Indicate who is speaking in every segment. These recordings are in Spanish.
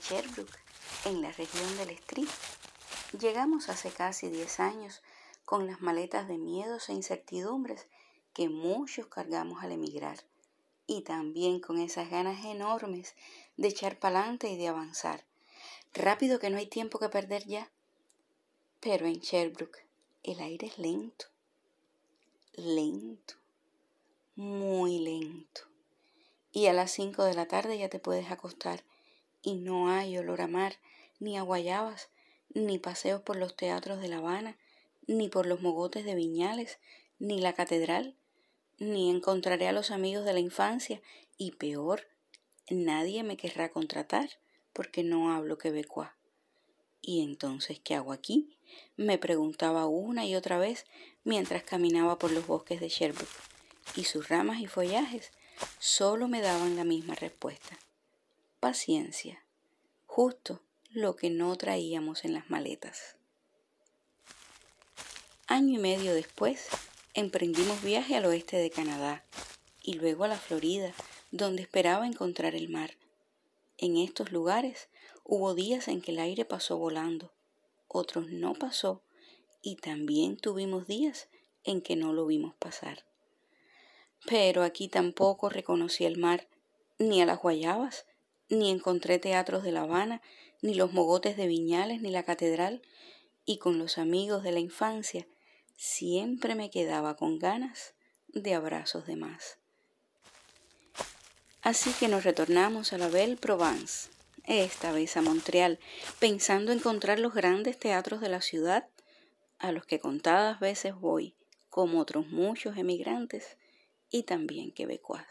Speaker 1: Sherbrooke, en la región del Estrie. Llegamos hace casi 10 años con las maletas de miedos e incertidumbres que muchos cargamos al emigrar, y también con esas ganas enormes de echar pa'lante y de avanzar. Rápido, que no hay tiempo que perder ya. Pero en Sherbrooke el aire es lento, lento, muy lento. Y a las 5 de la tarde ya te puedes acostar y no hay olor a mar, ni a guayabas, ni paseos por los teatros de La Habana, ni por los mogotes de Viñales, ni la catedral, ni encontraré a los amigos de la infancia, y peor, nadie me querrá contratar porque no hablo quebecois. ¿Y entonces qué hago aquí?, me preguntaba una y otra vez mientras caminaba por los bosques de Sherbrooke, y sus ramas y follajes solo me daban la misma respuesta: paciencia, justo lo que no traíamos en las maletas. Año y medio después, emprendimos viaje al oeste de Canadá y luego a la Florida, donde esperaba encontrar el mar. En estos lugares hubo días en que el aire pasó volando, otros no pasó, y también tuvimos días en que no lo vimos pasar. Pero aquí tampoco reconocí el mar, ni a las guayabas, ni encontré teatros de La Habana, ni los mogotes de Viñales, ni la catedral, y con los amigos de la infancia siempre me quedaba con ganas de abrazos de más. Así que nos retornamos a la Belle Provence, esta vez a Montreal, pensando encontrar los grandes teatros de la ciudad, a los que contadas veces voy, como otros muchos emigrantes y también quebecois.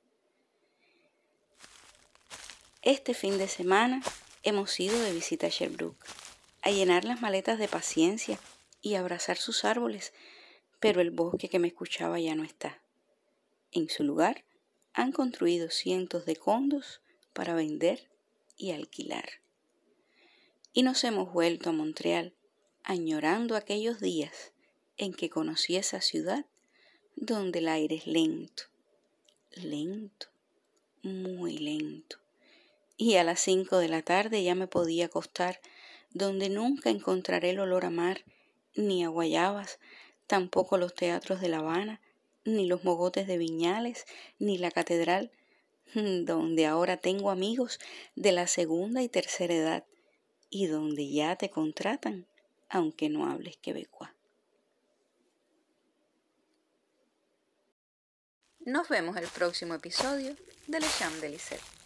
Speaker 1: Este fin de semana hemos ido de visita a Sherbrooke, a llenar las maletas de paciencia y abrazar sus árboles, pero el bosque que me escuchaba ya no está. En su lugar han construido cientos de condos para vender y alquilar. Y nos hemos vuelto a Montreal, añorando aquellos días en que conocí esa ciudad donde el aire es lento, lento, muy lento. Y a las 5 de la tarde ya me podía acostar, donde nunca encontraré el olor a mar, ni a guayabas, tampoco los teatros de La Habana, ni los mogotes de Viñales, ni la catedral, donde ahora tengo amigos de la segunda y tercera edad, y donde ya te contratan, aunque no hables quebecois. Nos vemos el próximo episodio de Le Cham de Lisette.